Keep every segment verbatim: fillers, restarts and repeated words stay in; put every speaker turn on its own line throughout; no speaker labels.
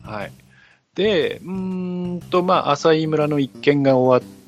はい。で、うーんと、まあ、浅井村の一件が終わって、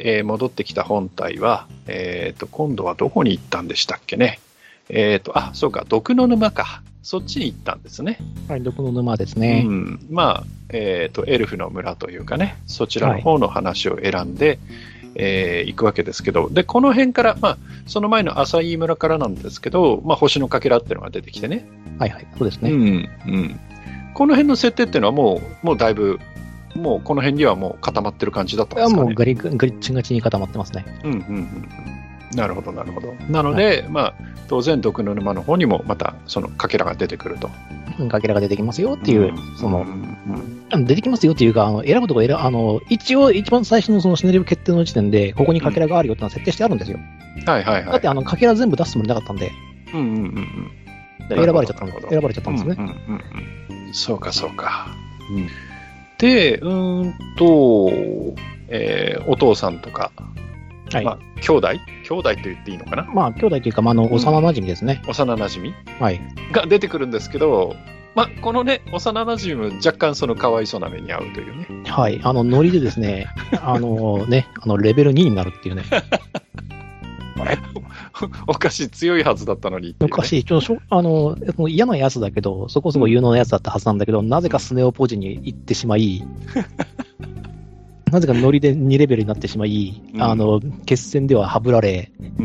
えー、戻ってきた本体は、えーと、今度はどこに行ったんでしたっけね。えーと、あ、そうか、毒の沼か。そっちに行ったんですね。
はい、毒の沼ですね。
うん。まあ、えーと、エルフの村というかね、そちらの方の話を選んで、はい、えー、行くわけですけど、で、この辺から、まあ、その前の浅井村からなんですけど、まあ、星のかけらっていうのが出てきてね。
はいはい、そうですね。
うん、うん。この辺の設定っていうのはもう、もうだいぶ、もうこの辺にはもう固まってる感じだったんですかね。
いや、もうガリガリッチガチに固まってますね。
うん、うん、うん。なるほど、なるほど。なので、はい、まあ、当然、毒の沼の方にもまた、そのかけらが出てくると。
かけらが出てきますよっていう、うん、その、うんうん、出てきますよっていうか、あの選ぶとこ選あの、一応、一番最初のそのシナリオ決定の時点で、ここにかけらがあるよってのは設定してあるんですよ。
うん、はいはいはい。
だって、あの、かけら全部出すつもりなかったんで。
うんうんうんうん。
選ばれちゃったんです。選ばれちゃったんですね。
うんうんうんうん、そうか、そうか。うん、で、うーんと、えー、お父さんとか、はい、まあ、兄弟兄弟と言っていいのかな。
まあ、兄弟というか、まあ、あの、幼馴染ですね。
うん、幼馴染
はい。
が出てくるんですけど、まあ、このね、幼馴染も若干そのかわいそうな目に遭うというね。
はい。あの、ノリでですね、あのね、あの、レベルにになるっていうね。
あれおかしい、強いはずだったのにっていう、ね。
おかしい。ちょしょあの、嫌なやつだけど、そこそこ有能なやつだったはずなんだけど、うん、なぜかスネ夫ポジに行ってしまい、なぜかノリでにレベルになってしまい、うん、あの、決戦でははぶられ、うん、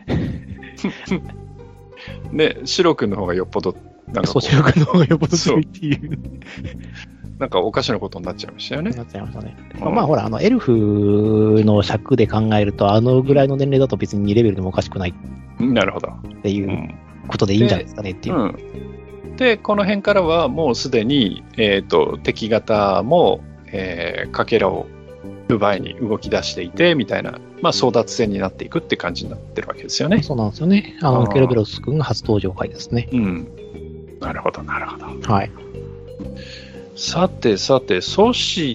ね、シロ君の方がよっぽど、
なんかそう、シロ君の方がよっぽど強いっていう。
なんかおかしなことになっちゃいましたよね。
なっちゃいましたね。うん、まあほら、あの、エルフの尺で考えると、あのぐらいの年齢だと別ににレベルでもおかしくない。
なるほど。
っていうことでいいんじゃないですかねっていう。
うん、で、この辺からはもうすでに、えっと、敵方も、えー、かけらを奪いに動き出していて、みたいな、まあ争奪戦になっていくって感じになってるわけですよね。
そうなんですよね。あの、ケルベロス君が初登場回ですね。
うん。なるほど、なるほど。
はい。さ
てさて、そして、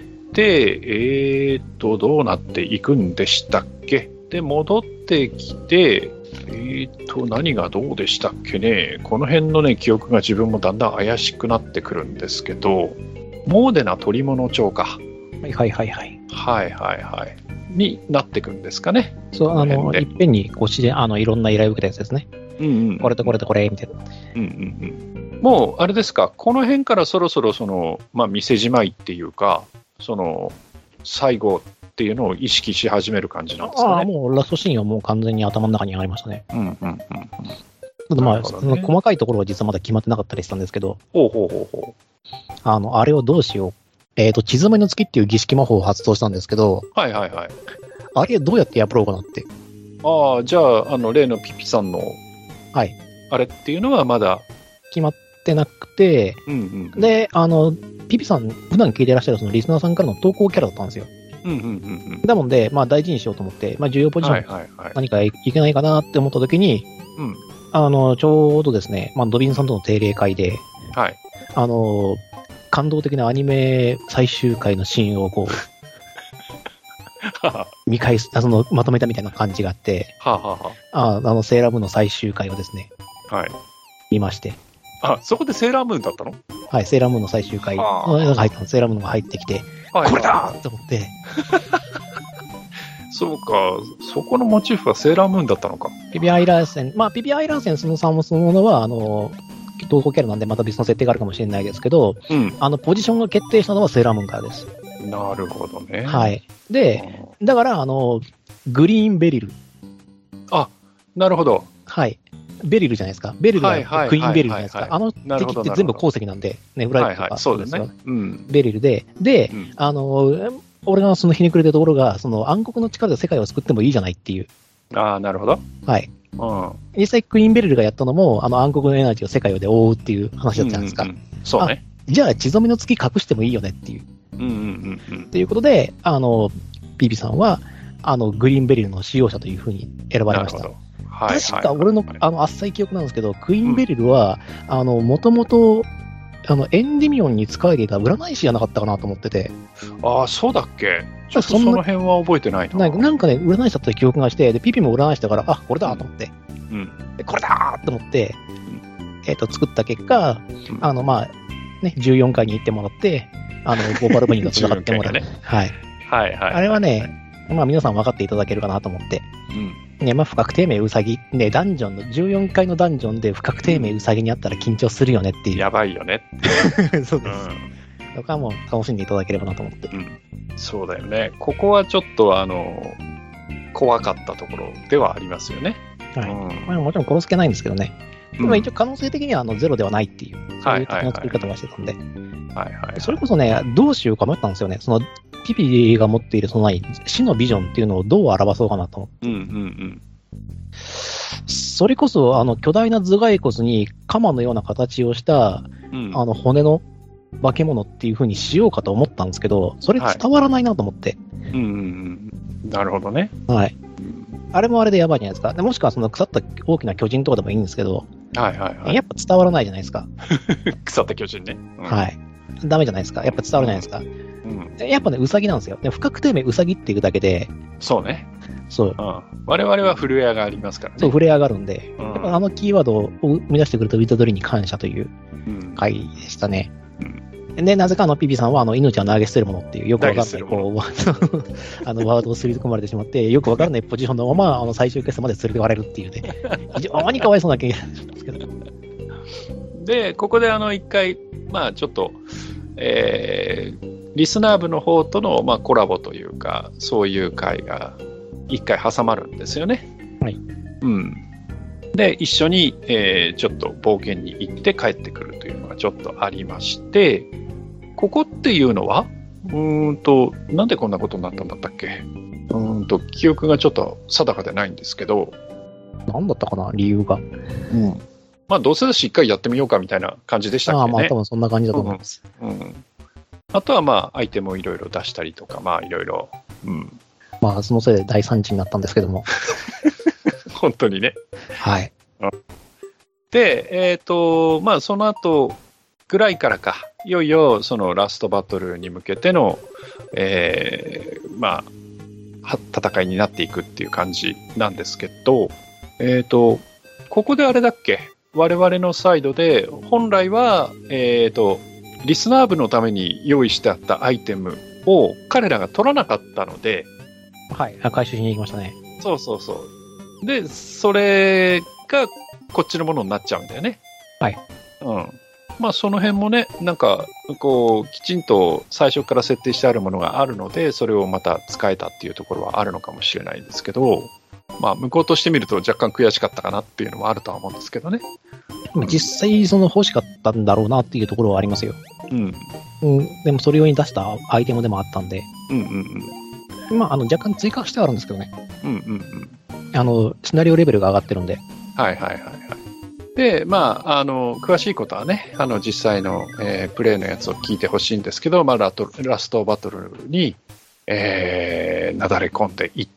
えーと、どうなっていくんでしたっけ？で、戻ってきて、えーと、何がどうでしたっけね？この辺のね、記憶が自分もだんだん怪しくなってくるんですけど、モーデナ捕物帳か。
はいはいはいはい。
はいはいはい。になってくんですかね。
そう、あの、いっぺんにこう自然、あの、いろんな依頼を受けたやつですね。
うんうん。
これとこれとこれ、みたいな。
うんうんうん。もう、あれですか、この辺からそろそろその、まあ、店じまいっていうか、その、最後っていうのを意識し始める感じなんですかね。
ああ、もうラストシーンはもう完全に頭の中にありましたね。
うんうんうんうん。
ただまあ、ね、その細かいところは実はまだ決まってなかったりしたんですけど、
ほうほうほうほう。
あの、あれをどうしよう。えっと、血染めの月っていう儀式魔法を発動したんですけど、
はいはいはい。
あれどうやって破ろうかなって。
ああ、じゃあ、あの、例のピピさんの、
はい。
あれっていうのはまだ
決まってなくて、
うんうんうん、
で、あの、ピピさん、普段聞いてらっしゃるそのリスナーさんからの投稿キャラだったんですよ。
うんうんうんうん、
だもんで、まあ大事にしようと思って、まあ重要ポジション何かいけないかなって思った時に、
うん、
あの、ちょうどですね、まあドビンさんとの定例会で、
はい、
あの、感動的なアニメ最終回のシーンをこう、見返す、その、まとめたみたいな感じがあって、
はあは
あ、あの、セーラームーンの最終回をですね、
はい、
見まして。
あ、そこでセーラームーンだったの？
はい、セーラームーンの最終回の映画が入ったの、セーラームーンが入ってきて、はい、これだーと思って。
そうか、そこのモチーフはセーラームーンだったのか。
ピビアイラーセン、まあ、ピビアイラーセンそのさんもそのものは、あの、投稿キャラなんでまた別の設定があるかもしれないですけど、うん、あの、ポジションが決定したのはセーラームーンからです。
なるほどね。
はい。で、だから、あの、グリーンベリル。
あ、なるほど。
はい。ベリルじゃないですか。ベリルがクイーンベリルじゃないですか。あの敵って全部鉱石なんで、ね、フライトとか。
そうですね。うん。
ベリルで、で、うん、あの、俺がそのひねくれてるところが、その暗黒の力で世界を救ってもいいじゃないっていう。
ああ、なるほど。
はい。うん。実際クイーンベリルがやったのも、あの暗黒のエナジーを世界で覆うっていう話だったじゃないですか。うんうんうん、
そうね。
じゃあ、血染めの月隠してもいいよねっていう。
うんうんうんうん。
っていうことで、あの、ピピさんは、あの、グリーンベリルの使用者というふうに選ばれました。はい、確か俺の、あの、浅い記憶なんですけど、クイーンベリルは、うん、あの、もともと、あの、エンディミオンに使われていた占い師じゃなかったかなと思ってて。
ああ、そうだっけ？ちょっとその辺は覚えてないな。
なんか、なんかね、占い師だった記憶がして、で、ピピも占い師だから、あ、これだと思って。うん。でこれだと思って、うん、えっと、作った結果、うん、あの、まあ、 ね、じゅうよんかいに行ってもらって、あの、ボーパル部員が戦ってもらう。ね、はい。
はいはい。
あれはね、まあ皆さん分かっていただけるかなと思って。うん。ね、まあ不確定名ウサギ。ね、ダンジョンの、じゅうよんかいのダンジョンで不確定名ウサギにあったら緊張するよねっていう。
やばいよね。
そうです。とかも楽しんでいただければなと思って。
うん。そうだよね。ここはちょっとあの、怖かったところではありますよね。
はい。うん、まあ、もちろん殺す気ないんですけどね。でも一応可能性的にはあのゼロではないっていう、そういう作り方はしてたんで。はいはい。それこそね、どうしようか迷ったんですよね。その、ピピが持っているその死のビジョンっていうのをどう表そうかなと思って。うんうんうん。それこそ、あの、巨大な頭蓋骨に鎌のような形をした、うん、あの、骨の化け物っていう風にしようかと思ったんですけど、それ伝わらないなと思って。はい、うんうんうん。なるほどね。はい。あれもあれでやばいじゃないですか。でもしくはその腐った大きな巨人とかでもいいんですけど、はいはいはい。やっぱ伝わらないじゃないですか。
腐った巨人ね、
うん。はい。ダメじゃないですか。やっぱ伝わるじゃないですか。うん、やっぱね、ウサギなんですよ。で不確定名ウサギっていうだけで。
そうね。
そう。
うん、我々は震え上がりますからね。
そう、震え上がるんで、うん、やっぱあのキーワードを生み出してくれたウィザドリーに感謝という回でしたね。うんうん、で、なぜかあのピピさんはあの命を投げ捨てるものっていうよくわかんないこうあのワードをすり込まれてしまって、よくわからないポジションのままあの最終決戦まで連れてかれるっていうね、非常にかわいそうな経験なんですけど。
で、ここであの一回、まあちょっと、えー、リスナー部の方との、まあ、コラボというか、そういう会が一回挟まるんですよね。はい。うん。で、一緒に、えー、ちょっと冒険に行って帰ってくるというのがちょっとありまして、ここっていうのは、うーんと、なんでこんなことになったんだったっけ？うーんと、記憶がちょっと定かでないんですけど。
なんだったかな、理由が。うん。
まあ、どうせだし、一回やってみようかみたいな感じでしたっけね。ああ、
まあ、多分そんな感じだと思います。
うん。うん、あとは、まあ、アイテムをいろいろ出したりとか、まあ、いろいろ。うん。
まあ、そのせいで大惨事になったんですけども。
本当にね。
はい。
で、えっと、まあ、その後ぐらいからか、いよいよ、そのラストバトルに向けての、えー、まあ、戦いになっていくっていう感じなんですけど、えっと、ここであれだっけ？我々のサイドで、本来は、えっと、リスナー部のために用意してあったアイテムを彼らが取らなかったので、
はい、回収しに行きましたね。
そうそうそう。で、それがこっちのものになっちゃうんだよね。
はい。
うん。まあその辺もね、なんか、こう、きちんと最初から設定してあるものがあるので、それをまた使えたっていうところはあるのかもしれないんですけど、まあ向こうとしてみると若干悔しかったかなっていうのもあるとは思うんですけどね。
実際その欲しかったんだろうなっていうところはありますよ。うん。うん、でもそれ用に出したアイテムでもあったんで。うんうんうん。まあ、あの若干追加してはあるんですけどね。うんうんうん。あの、シナリオレベルが上がってるんで。
はいはいはいはい。で、まあ、あの、詳しいことはね、あの、実際の、えー、プレイのやつを聞いてほしいんですけど、まあ、ラトラストバトルに、えー、なだれ込んでいって、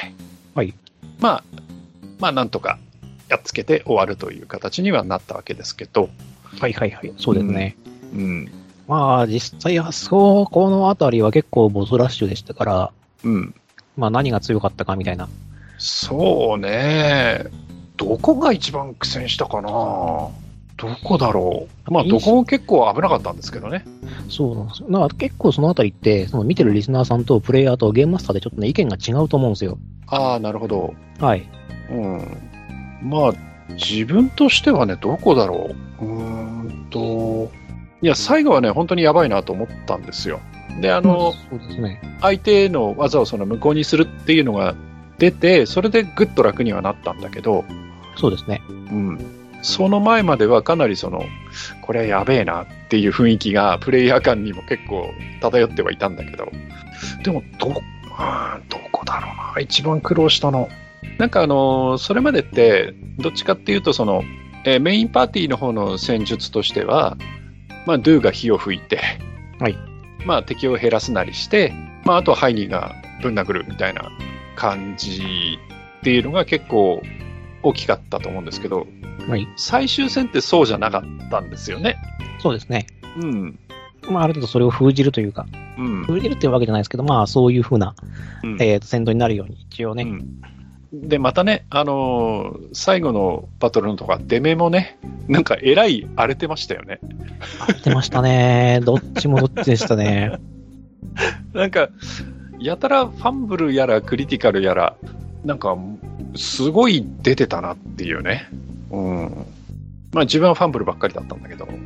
はい。まあ、まあ、なんとかやっつけて終わるという形にはなったわけですけど。
はいはいはい。そうですね。うん。うん、まあ、実際は、そう、このあたりは結構ボスラッシュでしたから、うん。まあ、何が強かったかみたいな。
そうね。どこが一番苦戦したかな？どこだろう。まあ、どこも結構危なかったんですけどね。
そうなんですよ。だから結構そのあたりって、その見てるリスナーさんとプレイヤーとゲームマスターでちょっとね、意見が違うと思うんですよ。
ああ、なるほど。
はい。
うん。まあ、自分としてはね、どこだろう。うーんと、いや、最後はね、本当にやばいなと思ったんですよ。で、あの、
そうですね。
相手の技をその無効にするっていうのが出て、それでぐっと楽にはなったんだけど、
そうですね。
うん。その前まではかなりその、これはやべえなっていう雰囲気がプレイヤー間にも結構漂ってはいたんだけど、でもど、あどこだろうな、一番苦労したの。なんかあの、それまでって、どっちかっていうとその、えー、メインパーティーの方の戦術としては、まあ、ドゥが火を吹いて、はい。まあ、敵を減らすなりして、まあ、あとはハイニーがぶん殴るみたいな感じっていうのが結構大きかったと思うんですけど、はい、最終戦ってそうじゃなかったんですよね。
そうですね。うん。まあ、ある程度それを封じるというか、うん、封じるっていうわけじゃないですけど、まあ、そういうふうな、うん、えー、戦闘になるように一応ね、うん、
で、またね、あのー最後のバトルのとか、出目もね、なんかえらい荒れてましたよね。
荒れてましたね。どっちもどっちでしたね。
なんか、やたらファンブルやらクリティカルやら、なんか、すごい出てたなっていうね。うん。まあ自分はファンブルばっかりだったんだけど。うん、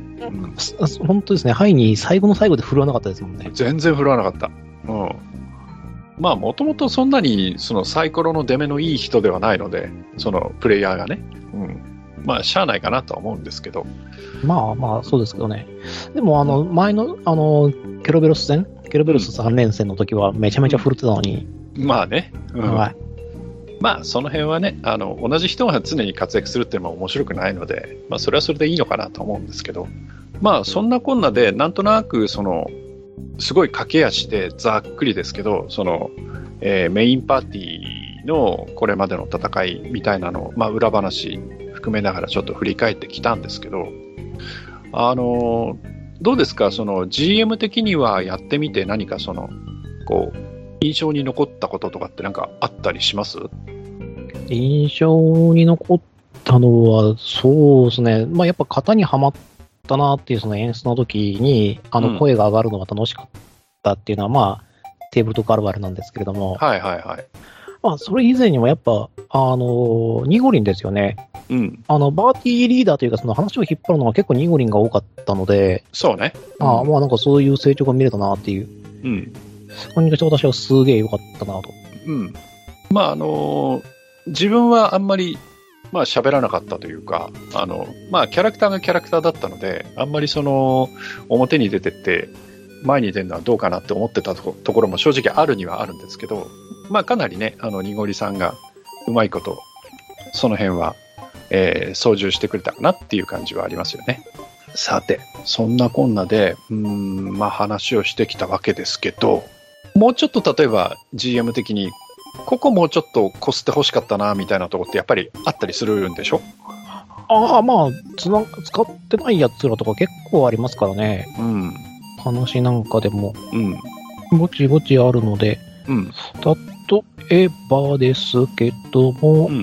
本当ですね。ハイに最後の最後で振るわなかったですもんね。
全然振るわなかった。うん。まあもともとそんなにそのサイコロの出目のいい人ではないので、そのプレイヤーがね。うん。まあしゃあないかなとは思うんですけど。
まあまあそうですけどね。でもあの前のあのケロベロス戦、ケロベロスさん連戦の時はめちゃめちゃ振るってたのに。
うん、まあね。うん、
はい。
まあその辺はね、あの同じ人が常に活躍するっていうのは面白くないので、まあそれはそれでいいのかなと思うんですけど、まあそんなこんなでなんとなくそのすごい駆け足でざっくりですけど、その、えーメインパーティーのこれまでの戦いみたいなのを、まあ裏話含めながらちょっと振り返ってきたんですけど、あのどうですか、その ジーエム 的にはやってみて何かそのこう印象に残ったこととかってなんかあったりします？
印象に残ったのは、そうですね。まあやっぱ型にはまったなっていうその演出の時に、あの声が上がるのが楽しかったっていうのは、まあ、テーブルとかあるあるなんですけれども、
はいはいはい。
まあそれ以前にもやっぱ、あの、ニゴリンですよね。
うん。
あの、バーティーリーダーというか、その話を引っ張るのが結構ニゴリンが多かったので、
そうね。
うん、ああ、まあなんかそういう成長が見れたなっていう。
うん。
そこに私はすげえ良かったなと。
うん。まああのー、自分はあんまり、まあ喋らなかったというか、あの、まあキャラクターがキャラクターだったので、あんまりその、表に出てって、前に出るのはどうかなって思ってたとこ、ところも正直あるにはあるんですけど、まあかなりね、あの、にごりさんがうまいこと、その辺は、えー、操縦してくれたかなっていう感じはありますよね。さて、そんなこんなで、うーん、まあ話をしてきたわけですけど、もうちょっと例えば ジーエム 的に、ここもうちょっとこすって欲しかったな、みたいなところってやっぱりあったりするんでしょ？
ああ、まあつな、使ってないやつらとか結構ありますからね。
うん。
話なんかでも、
うん。
ぼちぼちあるので、
うん。
例えばですけども、
うん。うん。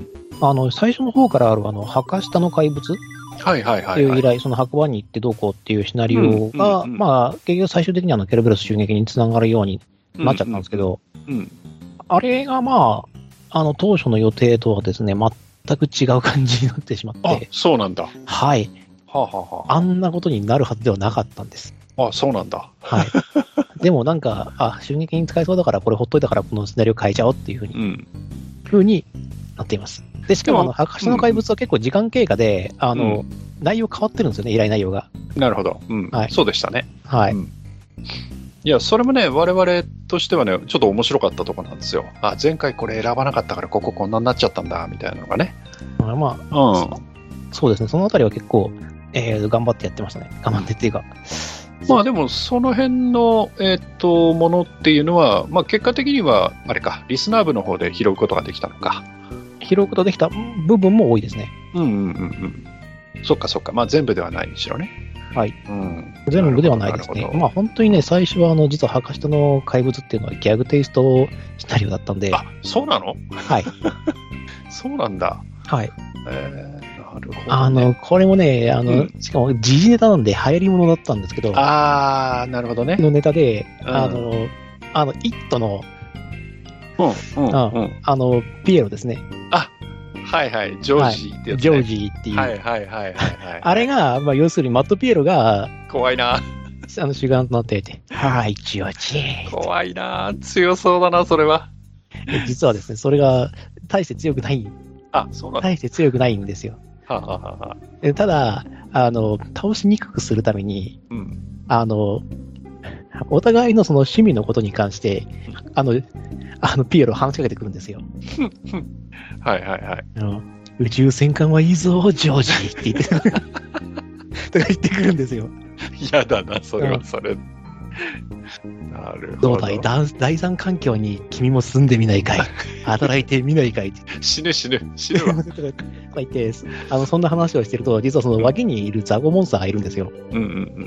あの、最初の方からあるあの、墓下の怪物
はいはいはい、はい。
っていう依頼、その白馬に行ってどうこうっていうシナリオが、
うんうんうん、
まあ、結局最終的にあの、ケルベロス襲撃につながるようになっちゃったんですけど、
うんうんうん、
あれがまあ、あの、当初の予定とはですね、全く違う感じになってしまって。
あ、そうなんだ。
はい。
はあ、はあはあ、
あんなことになるはずではなかったんです。
あ、そうなんだ。
はい。でもなんか、あ、襲撃に使えそうだから、これほっといたから、このシナリオ変えちゃおうっていうふうに、うん、ふうになっています。で、しかも、あの、墓下の怪物は結構時間経過で、うん、あの、うん、内容変わってるんですよね、依頼内容が。
なるほど。うん。はい、そうでしたね。
はい。うん、
いや、それもね、我々としてはね、ちょっと面白かったところなんですよ。あ、前回これ選ばなかったから、こここんなになっちゃったんだ、みたいなのがね。
まあ、まあ、うん。そうですね、そのあたりは結構、えー、頑張ってやってましたね。頑張ってっていうか。
まあでも、その辺の、えー、っと、ものっていうのは、まあ結果的には、あれか、リスナー部の方で拾うことができたのか。
拾うことができた部分も多いですね。
うんうんうんうん。そっかそっか。まあ全部ではないにしろね。
はい。うん、全部ではないですね。まあ本当にね、最初はあの、実は墓下の怪物っていうのはギャグテイストシナリオだったんで。
あ、そうなの？
はい。
そうなんだ。
はい。
えー、なるほど、ね。
あの、これもね、あの、うん、しかも時事ネタなんで流行り物だったんですけど。
あー、なるほどね。
のネタで、うん、あの、あの、イットの、
うんうんうん、
あの、ピエロですね。
あ、はいはい、ジョージーってやつ、ね、
ジョージーっていう。
はいはいはいはい、はい。
あれが、まあ、要するにマットピエロが、
怖いな。
あの、主眼となっていて、はい、ジョージー。
怖いな。強そうだな、それは。
実はですね、それが、大して強くない。
あ、そうなんだ。
大して強くないんですよ。
はあ、はあはあ、
ただ、あの、倒しにくくするために、うん、あの、お互いのその趣味のことに関して、あの、あの、ピエロ話しかけてくるんですよ。
はいはいはい。
あの宇宙戦艦はいいぞ、ジョージって言って、とか言ってくるんですよ。
嫌だな、それはそれ。なるほど。
どうだい、第三環境に君も住んでみないかい。働いてみないかいって。
死ぬ死ぬ、死ぬわ。
とか言って、あの、そんな話をしてると、実はその脇にいるザコモンスターがいるんですよ。
うんうんうん、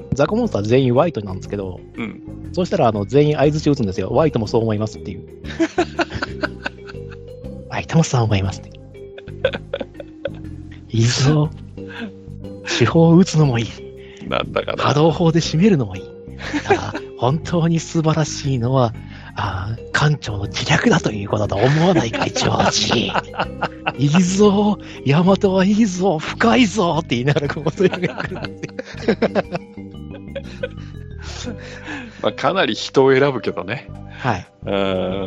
ザコモンスター全員ワイトなんですけど、うん、そうしたらあの全員相槌打つんですよ。ワイトもそう思いますっていう。 相手もさん思いますね。いいぞ。手法を打つのもいい。
なんだかな。
波動砲で締めるのもいい。ただ、本当に素晴らしいのは、あ艦長の自虐だということだと思わないかい、ジョージ。いいぞ、ヤマトはいいぞ、深いぞって言いながらこうそういうのが来るんですよ。
まあ、かなり人を選ぶけどね。
はい。
うん。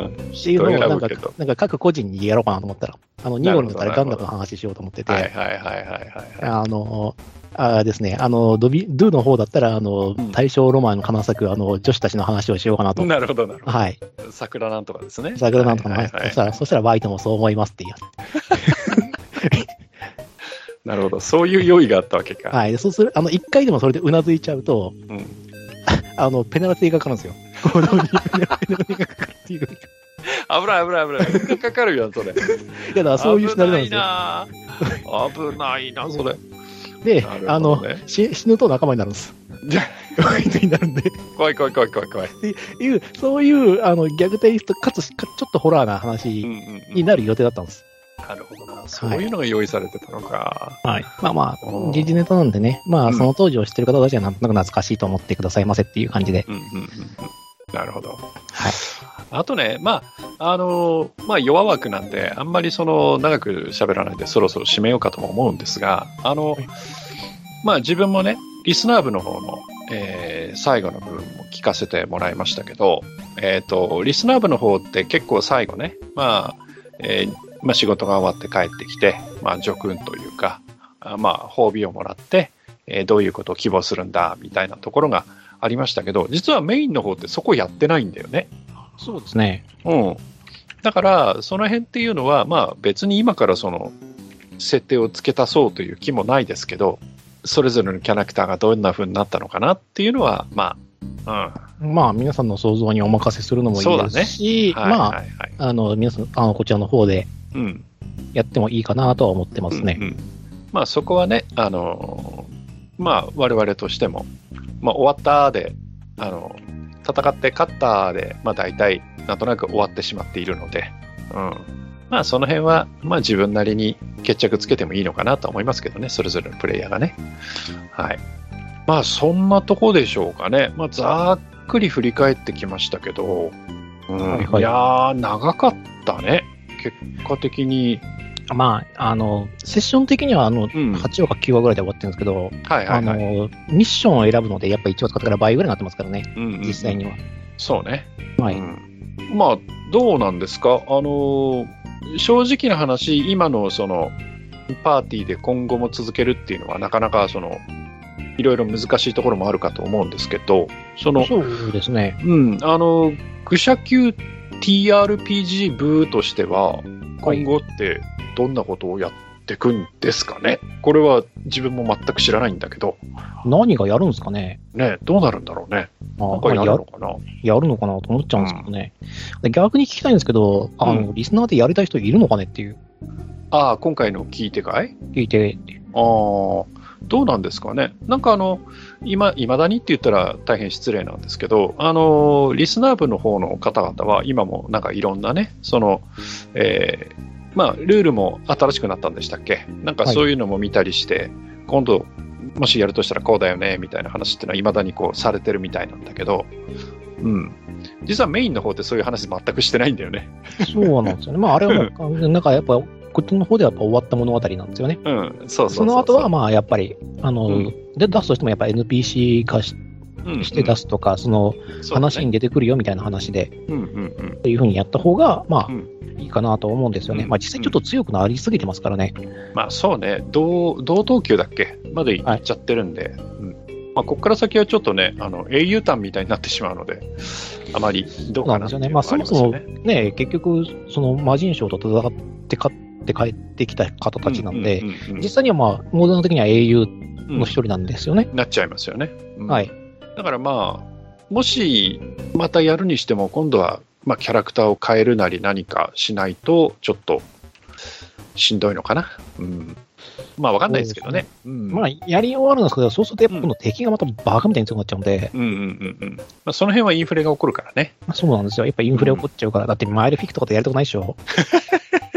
っていうのをなんか、なんか各個人にやろうかなと思ったら、あの、ニゴルだったらガンダムの話しようと思ってて、
はいはいはいはいはい。
あの、あですね、あの、ドビ、ドゥの方だったら、あの、うん、大正ロマンの花咲く、あの、女子たちの話をしようかなと。
なるほどなるほど。
はい。
桜なんとかですね。
桜なんとかの話。そしたら、そしたらワイトもそう思いますって言いやつ。
なるほど。そういう用意があったわけか。
はい。そうする、あの、一回でもそれでうなずいちゃうと、うん、あの、ペナルティがかかるんですよ。行動にペナルティがかかるっていう。危
ない危ない危ない。かかるよ、それ。い
や、だからそういうシナリオなんです
よ。危ないな、それ。
で、ね、あの、死ぬと仲間になるんです。になるんで。
怖い怖い怖い怖い怖い。
っていう、そういう、あの、ギャグテイスト、かつ、ちょっとホラーな話になる予定だったんです。
うんうんうん、なるほどな。そういうのが用意されてたのか。
はい。まあまあ、時事ネタなんでね、まあ、その当時を知ってる方たちはなんとなく懐かしいと思ってくださいませっていう感じで。うんうんうんうん、
なるほど。はい。
あ
とね、まあ、あの、まあ、弱枠なんで、あんまりその、長く喋らないで、そろそろ締めようかとも思うんですが、あの、はい、まあ、自分もね、リスナー部の方の、えー、最後の部分も聞かせてもらいましたけど、えっと、リスナー部の方って結構最後ね、まあ、えー、まあ、仕事が終わって帰ってきて、まあ、叙勲というか、まあ、褒美をもらって、えー、どういうことを希望するんだ、みたいなところがありましたけど、実はメインの方ってそこやってないんだよね。
そうですね。
うん。だから、その辺っていうのは、まあ、別に今からその、設定を付け足そうという気もないですけど、それぞれのキャラクターがどんな風になったのかなっていうのは、まあ、
うん。まあ、皆さんの想像にお任せするのもいいですし、ね、はいはいはい、まあ、あの、皆さん、あの、こちらの方で、やってもいいかなとは思ってますね。うんうん、
まあ、そこはね、あの、まあ、我々としても、まあ、終わったで、あの、戦って勝ったで、まあ、大体、なんとなく終わってしまっているので、うん。まあ、その辺は、まあ、自分なりに決着つけてもいいのかなと思いますけどね、それぞれのプレイヤーがね。はい。まあ、そんなとこでしょうかね。まあ、ざっくり振り返ってきましたけど、うん、はいはい、いやー、長かったね。結果的に。
まあ、あの、セッション的には、あの、うん、はちわかきゅうわぐらいで終わってるんですけど、はいはいはい、あの、ミッションを選ぶので、やっぱいちわ使ってから倍ぐらいになってますからね、うんうんうん、実際には。
そうね。
はい。
うん、まあ、どうなんですか？あの、正直な話、今のその、パーティーで今後も続けるっていうのは、なかなかその、いろいろ難しいところもあるかと思うんですけど、その、
そうですね。
うん、あの、愚者級 ティーアールピージー 部としては、今後ってどんなことをやっていくんですかね、はい、これは自分も全く知らないんだけど。
何がやるんですかね。
ね、どうなるんだろうね。なんかやるのかな。
やるのかなと思っちゃうんですけどね。うん、逆に聞きたいんですけど、あの、うん、リスナーでやりたい人いるのかねっていう。
ああ、今回の聞いてかい？
聞いて。
ああ、どうなんですかね。なんかあの、今、いまだにって言ったら大変失礼なんですけど、あの、リスナー部の方の方々は今もなんかいろんなね、その、えー、まあ、ルールも新しくなったんでしたっけ？なんかそういうのも見たりして、はい、今度、もしやるとしたらこうだよね、みたいな話っていうのは未だにこうされてるみたいなんだけど、うん。実はメインの方ってそういう話全くしてないんだよね。
そうなんですよね。まあ、あれはもう、なんかやっぱ、こっちの方ではやっぱ終わった物語なんですよね。
うん、そうそうそうそう。
その後はまあ、やっぱり、あの、うん、で、出すとしてもやっぱ エヌピーシー 化し、うんうん、して出すとか、その話に出てくるよみたいな話で、うんうんうん、っていうふうにやった方が、まあ、うん、いいかなと思うんですよね。うん、まあ実際ちょっと強くなりすぎてますからね。
うん、まあそうね、同、同等級だっけまでいっちゃってるんで、はい、うん、まあここから先はちょっとね、あの、英雄譚みたいになってしまうので、あまりどうかなっていうのはありますよね。まあそもそもね、結局、その魔人賞と戦って勝って帰ってきた方たちなんで、うんうんうんうん、実際にはまあ、モード的には英雄の一人なんですよね。 うん、なっちゃいますよね。
うん、はい。
だからまあ、もしまたやるにしても今度はまあキャラクターを変えるなり何かしないとちょっとしんどいのかな。うん、まあわかんないですけどね。うん、
まあやり終わるんですけど、そうするとやっぱ今度敵がまたバカみたいに強くなっちゃうんで。
うんうんうんうん。まあその辺はインフレが起こるからね。
まあ、そうなんですよ。やっぱインフレ起こっちゃうから、うん、だってマイルフィクとかでやるとこないでしょ。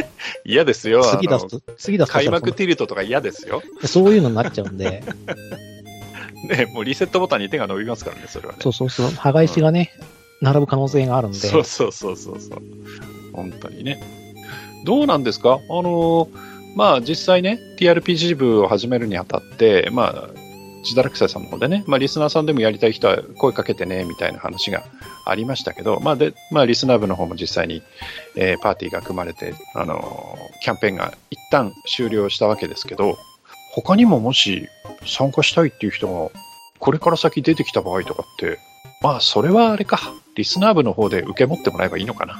嫌ですよ。
次出すと、次出すと。
開幕ティルトとか嫌ですよ。
そういうのになっちゃうんで。
ね、もうリセットボタンに手が伸びますからね、それはね。
そうそうそう。羽返しがね、うん、並ぶ可能性があるんで。
そうそうそうそうそう。本当にね。どうなんですか？あの、まあ実際ね、ティーアールピージー 部を始めるにあたって、まあ、自堕落斎さんの方でね、まあリスナーさんでもやりたい人は声かけてね、みたいな話がありましたけど、まあで、まあリスナー部の方も実際に、えー、パーティーが組まれて、あのー、キャンペーンが一旦終了したわけですけど、他にももし参加したいっていう人がこれから先出てきた場合とかって、まあそれはあれか、リスナー部の方で受け持ってもらえばいいのかな。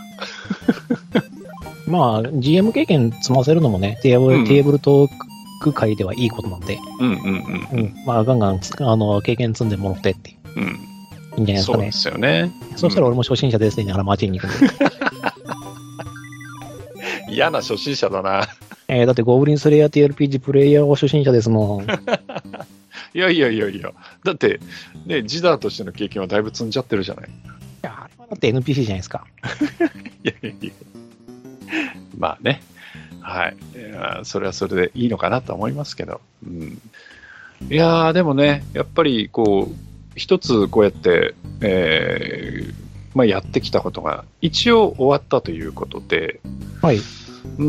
まあ ジーエム 経験積ませるのもね、テーブル、うん、テーブルトーク会ではいいことなんで、
うんうんうん、うん、
まあガンガンあの経験積んでもらってっていう、うん、いいんじゃないですかね。そう
ですよね。
そしたら俺も初心者ですね、あらマジに行くんで。
嫌な初心者だな。
えー、だってゴブリンスレイヤー ティーアールピージー プレイヤーは初心者ですもん。
いやいやいやいや、だってね、ジダーとしての経験はだいぶ積んじゃってるじゃない。い
や、あれはだって エヌピーシー じゃないですか。
いやいやいや。まあね、はい、いやそれはそれでいいのかなと思いますけど、うん、いやーでもね、やっぱりこう一つこうやって、えーまあ、やってきたことが一応終わったということで、
はい、
うん、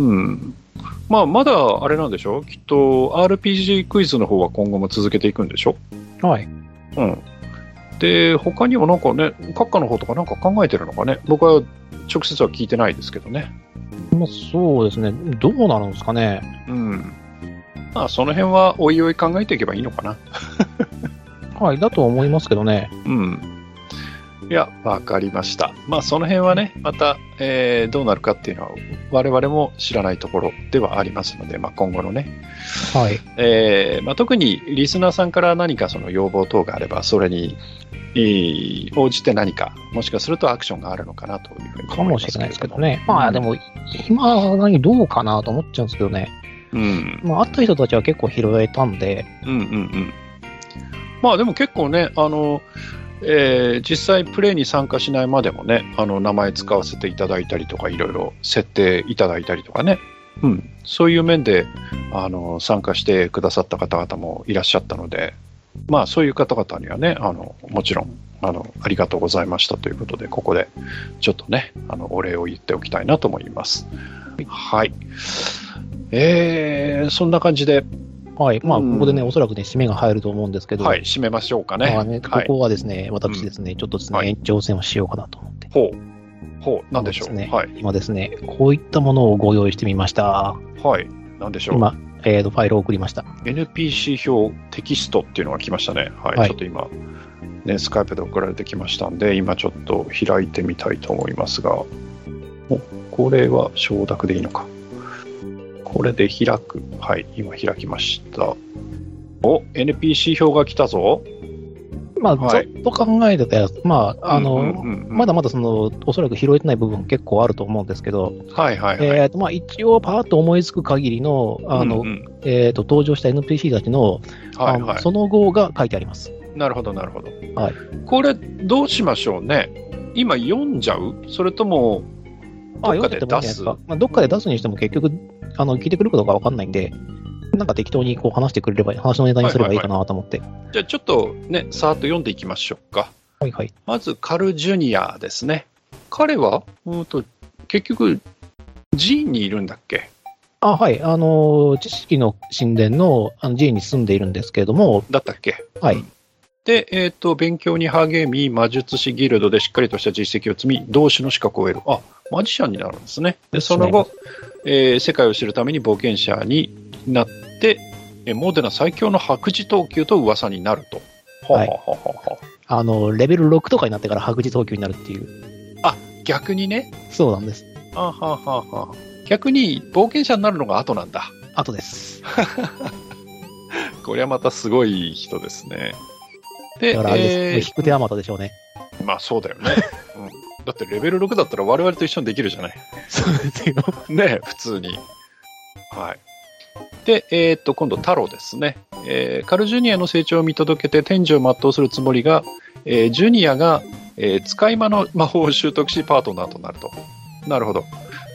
まあまだあれなんでしょう、きっと アールピージー クイズの方は今後も続けていくんでしょ。
はい、
うん、で他にもなんかね、閣下の方とかなんか考えてるのかね。僕は直接は聞いてないですけどね。
まあ、そうですね。どうなるんですかね。
うん。まあ、その辺はおいおい考えていけばいいのかな。
はい、だと思いますけどね。
うん。いや、わかりました。まあ、その辺はね、また、えー、どうなるかっていうのは、我々も知らないところではありますので、まあ、今後のね。
はい。
えー、まあ、特にリスナーさんから何かその要望等があれば、それに、応じて何か、もしかするとアクションがあるのかなというふうに思いますけど。
かもしれないですけどね。まあでも、今何どうかなと思っちゃうんですけどね。
うん。
まあ、会った人たちは結構拾えたんで。
うんうんうん。まあでも結構ね、あの、えー、実際プレイに参加しないまでもね、あの名前使わせていただいたりとか、いろいろ設定いただいたりとかね。うん。そういう面で、あの、参加してくださった方々もいらっしゃったので、まあそういう方々にはね、あのもちろんあのありがとうございましたということで、ここでちょっとね、あのお礼を言っておきたいなと思います。はい。えー、そんな感じで。
はい。まあ、ここでね、おそらくね、締めが入ると思うんですけど。
はい、締めましょうかね。
まあね、ここはですね、はい、私ですね、ちょっとですね、はい、延長戦をしようかなと思って。
ほう。ほう、なんでしょう。
ね、
はい。
今ですね、こういったものをご用意してみました。
はい。なんでしょう。
今、えーと、ファイルを送りました。
エヌピーシー 表テキストっていうのが来ましたね。はい。はい、ちょっと今、ね、スカイプで送られてきましたんで、今ちょっと開いてみたいと思いますが、お、これは承諾でいいのか。これで開く。はい。今開きました。お、エヌピーシー 表が来たぞ。
まあ、はい、ずっと考えてたやつ、まあ、あの、うんうんうんうん、まだまだその、おそらく拾えてない部分結構あると思うんですけど、
はいはいはい。
えっと、まあ、一応、パーッと思いつく限りの、あの、うんうん、えっと、登場した エヌピーシー たちの、はいはい、その後が書いてあります。
なるほど、なるほど。
はい。
これ、どうしましょうね。今読んじゃう？それとも、どっかで出す？
あ、まあ、どっかで出すにしても結局、あの、聞いてくるかどうかわかんないんで、なんか適当にこう話してくれれば、話のネタにすればいいかなと思って。
はいはいはい、じゃあちょっとね、さーっと読んでいきましょうか。
はいはい。
まず、カル・ジュニアですね。彼は、うんと、結局、寺院にいるんだっけ？
あ、はい。あの、知識の神殿のあの寺院に住んでいるんですけれども。
だったっけ？
はい。
で、えっと、勉強に励み、魔術師ギルドでしっかりとした実績を積み、同志の資格を得る。あ、マジシャンになるんですね。で、その後、えー、世界を知るために冒険者になって、えモデナ最強の白磁等級と噂になると。
はい。ははははあの、レベルろくとかになってから白磁等級になるっていう。
あ、逆にね。
そうなんです。
あははは。逆に冒険者になるのが後なんだ。
後です。
これはまたすごい人ですね。
で、だからあれです、えー、引く手あまたでしょうね。
まあそうだよね。うん、だってレベルろくだったら我々と一緒にできるじゃない。
そうですよ。
ね、普通に。はい。で、えー、っと、今度、タロですね。えー、カルジュニアの成長を見届けて天寿を全うするつもりが、えー、ジュニアが、えー、使い魔の魔法を習得しパートナーとなると。なるほど。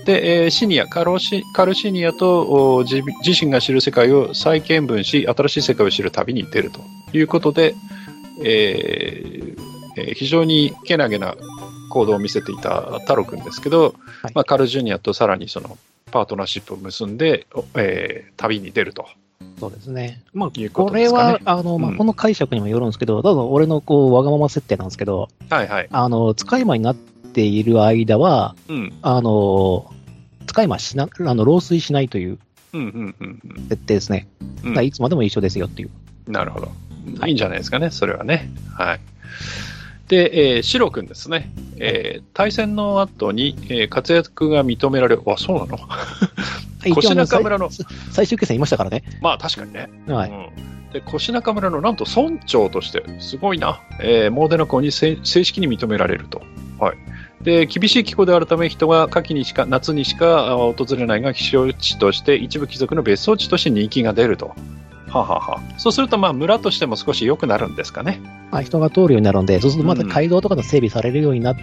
で、えー、シニアカルシ、カルシニアと自, 自身が知る世界を再見聞し、新しい世界を知る旅に出るということで、えーえー、非常にけなげな行動を見せていた太郎くんですけど、はい、まあ、カルジュニアとさらにそのパートナーシップを結んで、えー、旅に出ると。
そうですね。まあ、こ, これは、あの、まあ、この解釈にもよるんですけど、ただ俺のこう、わがまま設定なんですけど、
はいはい。
あの、使い魔になっている間は、うん、あの、使い魔しな、あの、老衰しないという設定ですね。うんうんうん、いつまでも一緒ですよっていう。
なるほど。いいんじゃないですかね、それはね。はい。で、えー、シロ君ですね、えー、対戦の後に、えー、活躍が認められる、あ、そうなの越中村の
最終決戦いましたからね。
まあ確かにね。
はい。
うん、で、越中村のなんと村長として、すごいな、えー、モーデナ公に正式に認められると。はい。で、厳しい気候であるため、人が夏季にしか、夏にしか訪れないが、避暑地として、一部貴族の別荘地として人気が出ると。はははそうすると、まあ、村としても少し良くなるんですかね。
まあ、人が通るようになるので、そうするとまた街道とかの整備されるようになって、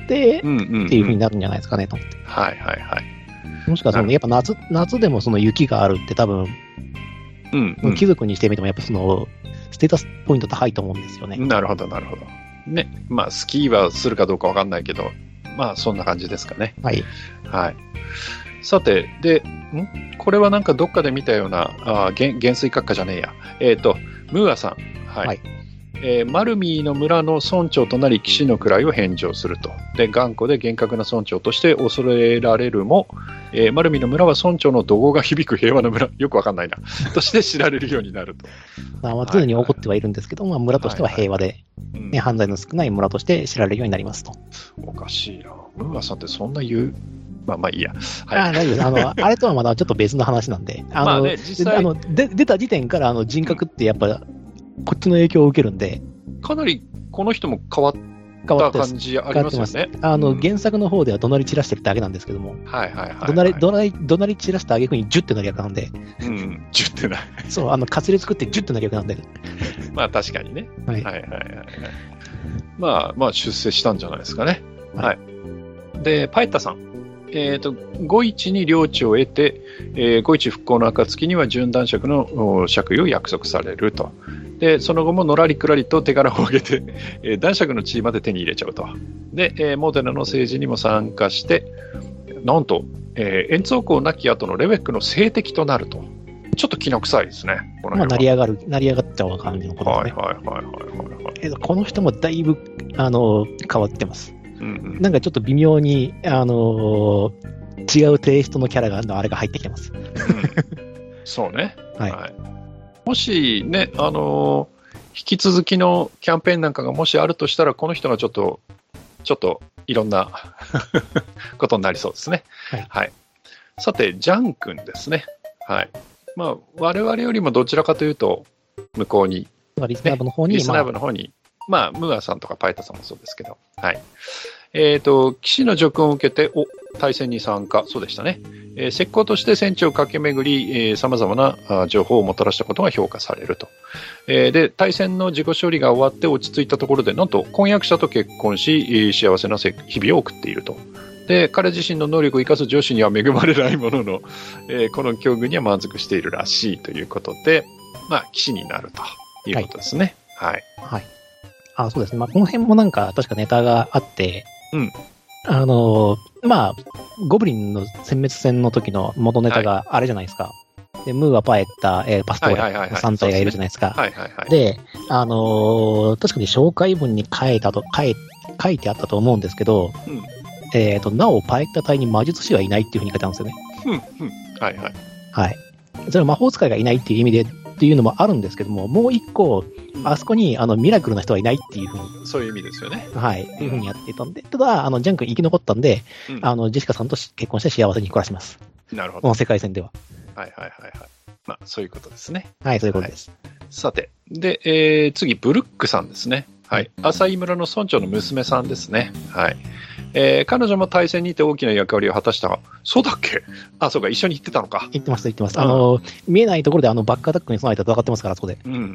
うんうんうん、っていうふうになるんじゃないですかね、と思って。
はいはいはい。
もしくはその、やっぱ夏、夏でもその雪があるって多分、うんうん、貴族にしてみても、やっぱその、ステータスポイント高いと思うんですよね。
なるほど、なるほど。ね。まあ、スキーはするかどうかわかんないけど、まあ、そんな感じですかね。
はい。
はい。さて、で、んこれはなんかどっかで見たような、あ原原水閣下じゃねえや。えっ、ー、と、ムーアさん。はい。はい、えー、マルミーの村の村長となり、騎士の位を返上すると。で、頑固で厳格な村長として恐れられるも、えー、マルミーの村は村長の怒号が響く平和な村、よくわかんないな、として知られるようになると。
まあ、常に起こってはいるんですけど、はい、まあ、村としては平和で、はいはいね、犯罪の少ない村として知られるようになりますと。
おかしいな。ムーアさんってそんな言うまあまあいいや。
はい、あ, 大丈夫ですあのあれとはまだちょっと別の話なんで、あのまあね、実際あので出た時点からあの人格ってやっぱこっちの影響を受けるんで、
かなりこの人も変わった感じありますよね。
あの、うん、原作の方では怒鳴り散らしてるだけなんですけども、
はいはいはい、はい、
怒鳴り怒鳴り怒鳴り散らした挙句にジュッてなる役なんで、
うん、ジュッてな
そう、あのカツレ作ってジュッてなる役なんで、
まあ確かにね。
はい、
はいはいはいはい。まあまあ出世したんじゃないですかね。はい。はい、でパエッタさん。えーと、ご一に領地を得て、えー、ご一復興の暁には準男爵の爵位を約束されると。で、その後ものらりくらりと手柄を挙げて、えー、男爵の地位まで手に入れちゃうと。で、えー、モデナの政治にも参加して、なんと、えー、エンツォ公亡き後のレベックの政敵となると。ちょっと気の臭いですね。
このまあ、成り上がる、成り上がっちゃう感じのことですね。
はいはいはいはいはい、はい。
えー、この人もだいぶ、あの、変わってます。
うんうん、
なんかちょっと微妙に、あのー、違うテイストのキャラがのあれが入ってきてます。うん、
そうね、
はいはい。
もしね、あのー、引き続きのキャンペーンなんかがもしあるとしたら、この人がちょっと、ちょっといろんなことになりそうですね。
はい。
はい、さて、ジャン君ですね。はい。まあ、我々よりもどちらかというと、向こうに、
ね、リスナー部の方に、
リスナー部の方に、まあ、ムーアさんとかパイタさんもそうですけど、はい。えっと、騎士の叙勲を受けて、お、対戦に参加、そうでしたね。えー、石膏として戦地を駆け巡り、えー、様々なあ情報をもたらしたことが評価されると。えー、で、対戦の自己処理が終わって落ち着いたところで、なんと婚約者と結婚し、えー、幸せな日々を送っていると。で、彼自身の能力を生かす上司には恵まれないものの、えー、この境遇には満足しているらしいということで、まあ、騎士になるということですね。はい。はい。
はい、あ、そうですね。まあ、この辺もなんか、確かネタがあって、
うん。
あの、まあ、ゴブリンの殲滅戦の時の元ネタがあれじゃないですか。はい、で、ムーア、パエッタ、えー、パストーラのさん体がいるじゃないですか。
はいはいはい。
で、あのー、確かに紹介文に書いたと、書い、書いてあったと思うんですけど、
うん、
えっと、なお、パエッタ隊に魔術師はいないっていうふうに書いてあるんですよね。
うん、うん。はいはい。
はい。それは魔法使いがいないっていう意味でっていうのもあるんですけども、もう一個、あそこにあのミラクルな人はいないっていうふうに。
そういう意味ですよね。
はい。っていうふうにやっていたんで、ただ、あの、ジャン君生き残ったんで、うん、あの、ジェシカさんと結婚して幸せに暮らします。
なるほど。
この世界線では。
はいはいはいはい。まあ、そういうことですね。
はい、そういうことです。
はい、さて、で、えー、次、ブルックさんですね。はい。浅井村の村長の娘さんですね。はい。えー、彼女も対戦にて大きな役割を果たした。そうだっけ？あ、そうか、一緒に行ってたのか。
行ってます、行ってます。あの、見えないところであのバックアタックに備えて戦ってますから、そこで。
うん。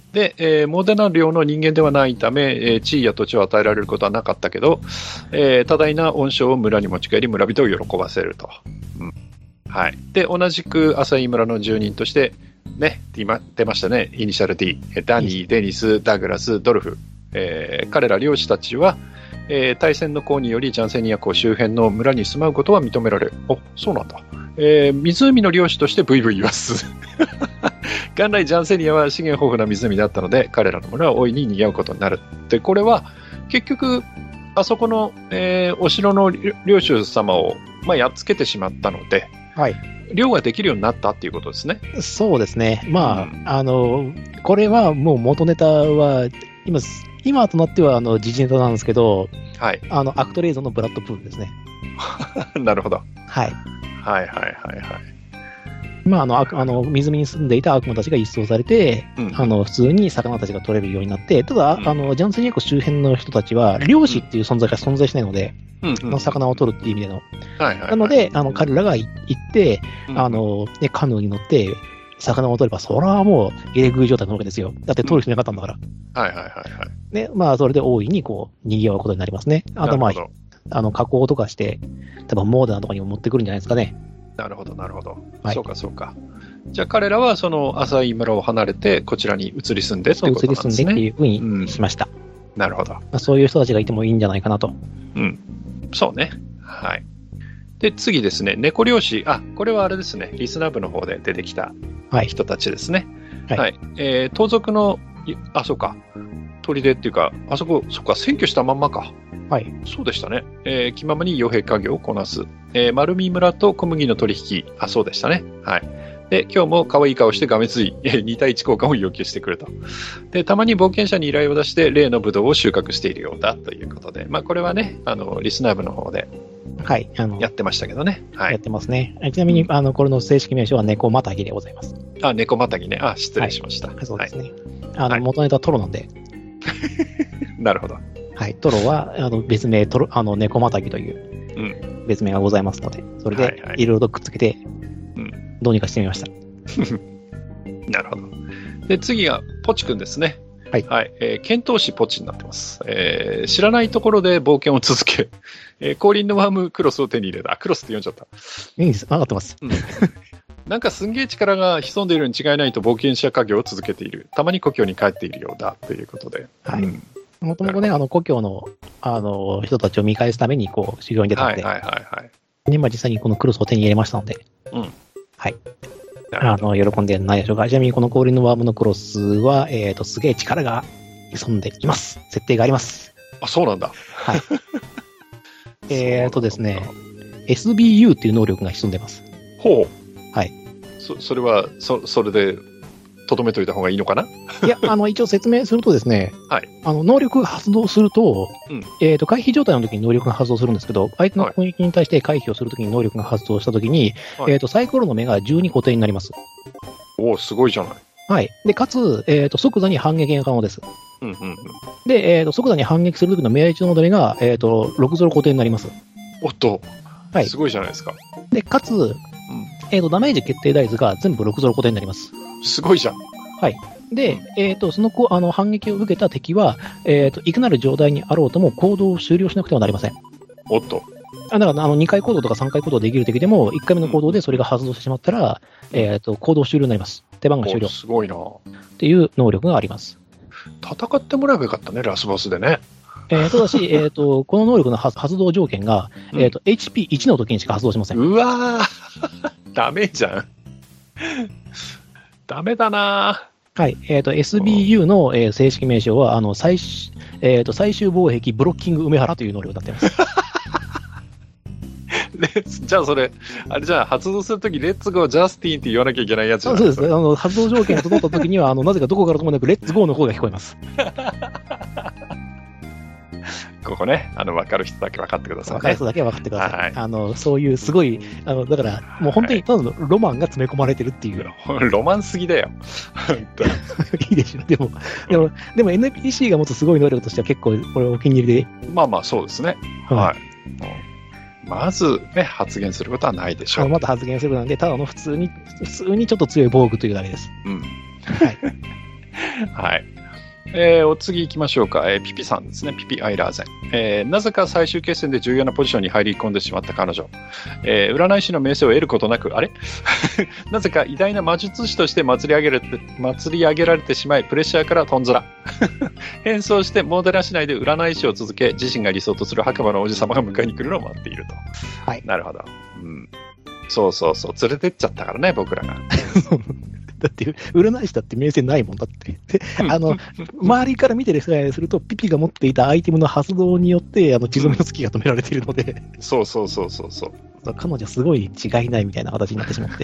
で、えー、モデナ領の人間ではないため、えー、地位や土地を与えられることはなかったけど、えー、多大な恩賞を村に持ち帰り、村人を喜ばせると。うん、はい。で、同じく浅井村の住人として、ね、今出ましたね、イニシャル D、ダニー、デニス、ダグラス、ドルフ、えー、彼ら漁師たちは、えー、大戦の功によりジャンセニア湖周辺の村に住まうことは認められる。お、そうなんだ。えー、湖の漁師としてブイブイ言わす。元来ジャンセニアは資源豊富な湖だったので、彼らの村は大いに賑わうことになる。で、これは結局、あそこの、えー、お城の領主様を、まあ、やっつけてしまったので、
はい。
漁ができるようになったっていうことですね。
そうですね。まあ、
うん、
あの、これはもう元ネタは、今、今となってはあの時事ネタなんですけど、
はい。
あの、アクトレイゾンのブラッドプールですね。
なるほど。
はい。
はいはいはいはい。
まあ、あの、ああの湖に住んでいた悪魔たちが一掃されて、うん、あの普通に魚たちが取れるようになって、ただ、うん、あのジャンセニア湖周辺の人たちは、漁師っていう存在が存在しないので、うんうん、の魚を取るっていう意味での。はいはいはい、なので、あの彼らが行って、あのね、カヌーに乗って、魚を取れば、それはもう入れ食い状態なわけですよ。だって取る人いなかったんだから。
うん、はいはいはいはい。
ね、まあ、それで大いにこう、賑わうことになりますね。あとまあ、あの加工とかして、多分モーダンとかにも持ってくるんじゃないですかね。
なるほど、なるほど。はい、そうか、そうか。じゃあ彼らはその浅井村を離れて、こちらに移り住んでっていうことなんですね。移り住んでっていうふうにしました。
うん、
なるほど。
まあ、そういう人たちがいてもいいんじゃないかなと。
うん。そうね。はい。で、次ですね、猫漁師。あ、これはあれですね、リスナー部の方で出てきた人たちですね。はい。はい、えー、盗賊の、あ、そうか。砦っていうか、あそこ、そっか、占拠したまんまか。
はい。
そうでしたね。えー、気ままに傭兵家業をこなす。えー、丸見村と小麦の取引。あ、そうでしたね。はい。で、今日も可愛い顔してがめつい、えー、に対いち交換を要求してくると。で、たまに冒険者に依頼を出して、例のブドウを収穫しているようだということで、まあ、これはね、あの、リスナー部の方で、
はい。あの、
やってましたけどね。はい。
やってますね。ちなみに、あの、これの正式名称は猫またぎでございます。
あ、猫またぎね。あ、失礼しました。
はい、そうですね。はい、あの、元ネタはトロなんで。
なるほど。
はい。トロは、あの、別名、トロ、あの、猫またぎという、別名がございますので、それで、いろいろとくっつけて、うん、どうにかしてみました。
なるほど。で、次が、ポチ君ですね。はい。はい。えー、剣闘士ポチになってます。えー、知らないところで冒険を続け、えー、降臨のワームクロスを手に入れた。クロスって読んじゃった。
いいんです。分かってます。うん、
なんかすんげえ力が潜んでいるに違いないと冒険者家業を続けている。たまに故郷に帰っているようだということで。
はい。もともとね、あの故郷のあの人たちを見返すためにこう修行に出たので、はいはいはいはい。で、まあ実際にこのクロスを手に入れましたので、うん。はい。あの喜んでないでしょうか。ちなみにこの降臨のワームのクロスは、えっと、すげえ力が潜んでいます。設定があります。
あ、そうなんだ。
はい。えっとですね、エスビーユー っていう能力が潜んでます。
ほ
う。はい。
そ、それは、そ、それで、とどめといた方がいいのかな。
いや、あの、一応説明するとですね、
はい。
あの、能力が発動すると、うん、えっと、回避状態の時に能力が発動するんですけど、相手の攻撃に対して回避をするときに能力が発動したときに、はい、えっと、サイコロの目がじゅうに固定になります。
おお、すごいじゃない。
はい。で、かつ、えっと、即座に反撃が可能です。
うんうんうん。
で、えっと、即座に反撃するときの命中の戻りが、えっと、ろくゾロ固定になります。
おっと。はい。すごいじゃないですか。
で、かつ、うん、えっと、ダメージ決定ダイズが全部ろくゾロ固定になります。
すごいじゃん。
はい。で、えっ、ー、と、そのこあの反撃を受けた敵は、えっ、ー、と、いかなる状態にあろうとも行動を終了しなくてはなりません。
おっと。
あだから、あの、にかい行動とかさんかい行動できる敵でも、いっかいめの行動でそれが発動してしまったら、うん、えっ、ー、と、行動終了になります。手番が終了。
すごいな。
っていう能力があります。
戦ってもらえばよかったね、ラスボスでね。
えー、ただし、えっと、この能力の発動条件が、うん、えっと、エイチピーいち の時にしか発動しません。
うわーダメじゃん。ダメだなー。
はい。えっ、ー、と、エスビーユー の、えー、正式名称は、あの、最、えっ、ー、と、最終防壁ブロッキング梅原という能力になっています。
じゃあそれ、あれじゃあ発動するとき、レッツゴージャスティンって言わなきゃいけないやつじゃないですか。
そうです。あの、発動条件が整ったときには、あの、なぜかどこからともなく、レッツゴーの声が聞こえます。
ここね、あの、分かる人だけ分かってください、ね。
分かる人だけ分かってください。はい、あの、そういうすごい、あの、だから、もう本当にただのロマンが詰め込まれてるっていう。
はい、ロマンすぎだよ。
いいでしょ。でも、でも、でも エヌピーシー が持つすごい能力としては結構、これお気に入りで。
まあまあ、そうですね。はい。はい、まず、ね、発言することはないでしょう。
あまた発言することなんで、ただの普通に、普通にちょっと強い防具というだけです。うん。はい。
はい。えー、お次行きましょうか。えー、ピピさんですね。ピピアイラーゼン。えー、なぜか最終決戦で重要なポジションに入り込んでしまった彼女。えー、占い師の名声を得ることなく、あれなぜか偉大な魔術師として祭り上げられて、祭り上げられてしまい、プレッシャーからとんずら。変装してモーデラ市内で占い師を続け、自身が理想とする白馬の王子様が迎えに来るのを待っていると。
はい。
なるほど。うん。そうそうそう。連れてっちゃったからね、僕らが。
だって、占い師だって名声ないもんだって。で、あの、周りから見てる人がすると、ピピが持っていたアイテムの発動によって、あの、血染めの月が止められているので。
そうそうそうそうそう。
彼女すごい違いないみたいな形になってしまって。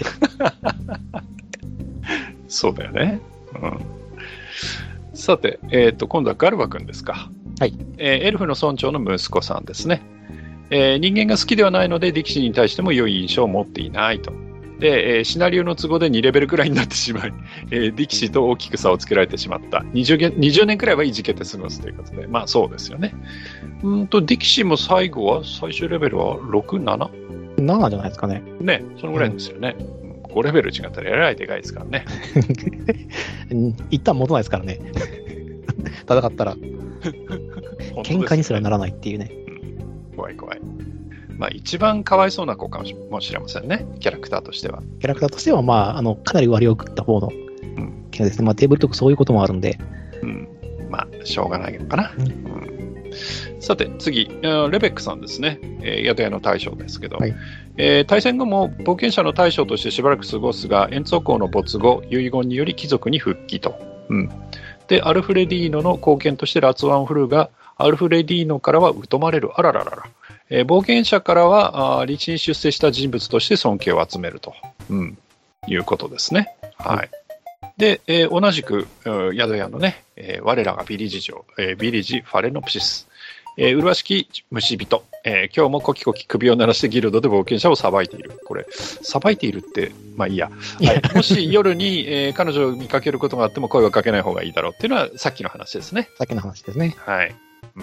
そうだよね。うん。さて、えっと、今度はガルバ君ですか。
はい。
えーエルフの村長の息子さんですね。えー人間が好きではないので、力士に対しても良い印象を持っていないと。で、えーシナリオの都合でにレベルくらいになってしまい、えー、力士と大きく差をつけられてしまった。にじゅう, にじゅうねんくらいはいじけて過ごすということで、まあそうですよね。うんと、力士も最後は、最終レベルはろく、なな?
ななじゃないですかね。
ね、そのぐらいですよね。うん、ごレベル違ったらえらいでかいですからね。
一旦元ないですからね。戦ったら、喧嘩にすらならないっていうね。
うん、怖い怖い。まあ、一番かわいそうな子かもしれませんね、キャラクターとしては。
キャラクターとしては、まあ、あのかなり割を食った方のキャラですね。まあ、テーブルとかそういうこともあるんで。
うん、まあ、しょうがないのかな。うんうん、さて、次、レベックさんですね、えー、宿屋の大将ですけど、はい、えー、対戦後も冒険者の大将としてしばらく過ごすが、エンツォ公の没後、遺言により貴族に復帰と。うん、で、アルフレディーノの貢献としてラツワンを振るうが、アルフレディーノからは疎まれる。あらららら。えー、冒険者からはあ立に出世した人物として尊敬を集めると、うん、いうことですね。はい。で、えー、同じく宿屋のね、えー、我らがビリジ城、えー、ビリジ・ファレノプシス、えー、麗しき虫人、えー、今日もコキコキ首を鳴らしてギルドで冒険者をさばいている。これ、さばいているって、まあいいや。はい、もし夜に、えー、彼女を見かけることがあっても声をかけない方がいいだろうっていうのはさっきの話ですね。
さっきの話ですね。
はい。うん、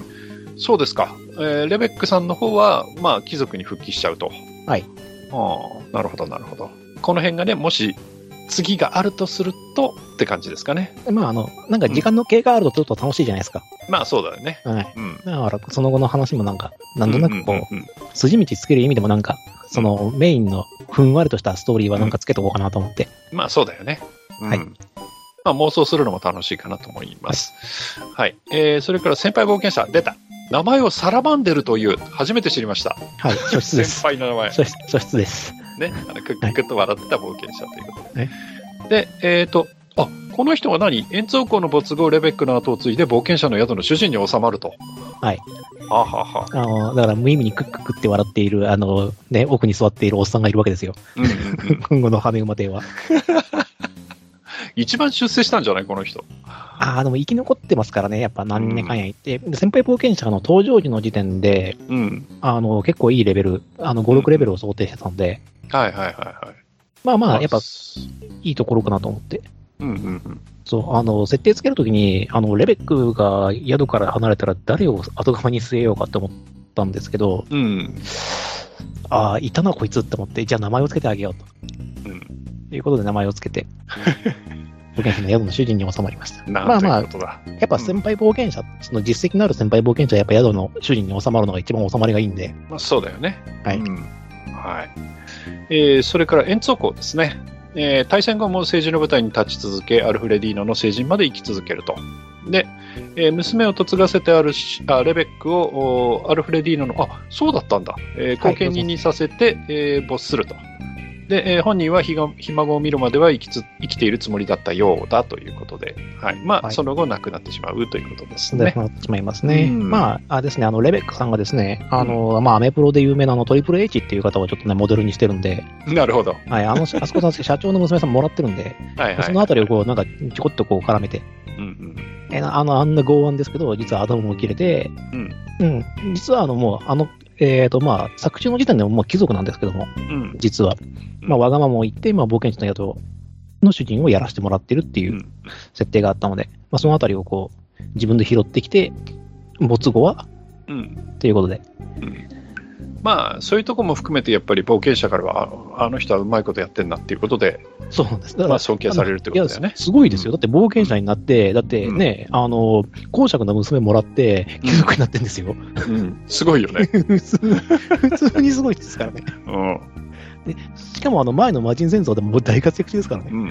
そうですか、えー。レベックさんの方は、まあ貴族に復帰しちゃうと。
はい。
ああ、なるほどなるほど。この辺がね、もし次があるとするとって感じですかね。
まああの、なんか時間の経過あるとちょっと楽しいじゃないですか。
うん、まあそうだよね。
はい。うん、だからその後の話もなんか、なんとなくこう、うんうんうんうん、筋道つける意味でもなんか、そのメインのふんわりとしたストーリーはなんかつけとこうかなと思って。
うん、まあそうだよね。うん、はい。まあ、妄想するのも楽しいかなと思います。はい。はい、えー、それから先輩冒険者、出た。名前をサラマンデルという、初めて知りました。
はい、初出です。
先輩の名前。
初出、初出です。
ね、あの、くっくっと笑ってた冒険者ということで。はい、で、えっ、ー、と、あ、この人は何？エンツォ公の没後、レベックの後を継いで冒険者の宿の主人に収まると。
はい。
ははは
あの、だから無意味にクックックって笑っている、あの、ね、奥に座っているおっさんがいるわけですよ。うんうんうん。今後の羽馬亭は。
一番出世したんじゃないこの人。
ああ、でも生き残ってますからね、やっぱ何年間や言って、うん、先輩冒険者の登場時の時点で、うん、あの結構いいレベル、あのご、ろくレベルを想定してたんで、
うん、はいはいはいはい。
まあまあ、やっぱいいところかなと思って。うんうんうん、そう、あの、設定つけるときに、あの、レベックが宿から離れたら誰を後釜に据えようかって思ったんですけど、うん、ああ、いたなこいつって思って、じゃあ名前をつけてあげようと。うん、ということで名前をつけて。冒険者の宿の主人に収まりました。まあまあ、やっぱ先輩冒険者、その実績のある先輩冒険者はやっぱ宿の主人に収まるのが一番収まりがいいんで。
まあそうだよね。
はい。
うん、はい。えー、それからエンツォ公ですね。えー、大戦後も政治の舞台に立ち続け、アルフレディーノの成人まで生き続けると。で、えー、娘を嫁がせてあるあレベックをアルフレディーノの、あ、そうだったんだ。えー、後見人にさせて、はい、えー、没すると。で、えー、本人はひがひ孫を見るまでは生きつ生きているつもりだったようだということで、はい。まあ、はい、その後亡くなってしまうということですね。亡く
なってしまいますね。まあ、あですね、あの、レベックさんがですね、あの、うん、まあ、アメプロで有名なあのトリプル H っていう方をちょっとね、モデルにしてるんで。
なるほど。
はい。あの、あそこさん、社長の娘さんもらってるんで、はいはい、そのあたりをこう、なんか、ちょこっとこう絡めて。うんうん。えー、あの、あんな剛腕ですけど、実は頭も切れて、うん。うん。実はあの、もう、あの、えっ、ー、と、まあ、作中の時点でももう貴族なんですけども、うん、実は。まあ、わがままを言って、まあ、冒険者の宿の主人をやらせてもらってるっていう設定があったので、まあ、そのあたりをこう、自分で拾ってきて、没後は、うん、ということで。
うん、 まあ、そういうところも含めて、やっぱり冒険者からは、あ, あの人はうまいことやってんなっていうことで、
そうなんです。だから
まあ、尊敬されるってことだよね。
すごいですよ。だって冒険者になって、だってね、うん、あの、公爵の娘もらって、貴族になってんですよ。
うん、うん、すごいよね。
普通、普通にすごいですからね。うん。で、しかもあの前の魔人戦争でも大活躍中ですからね。うんうん、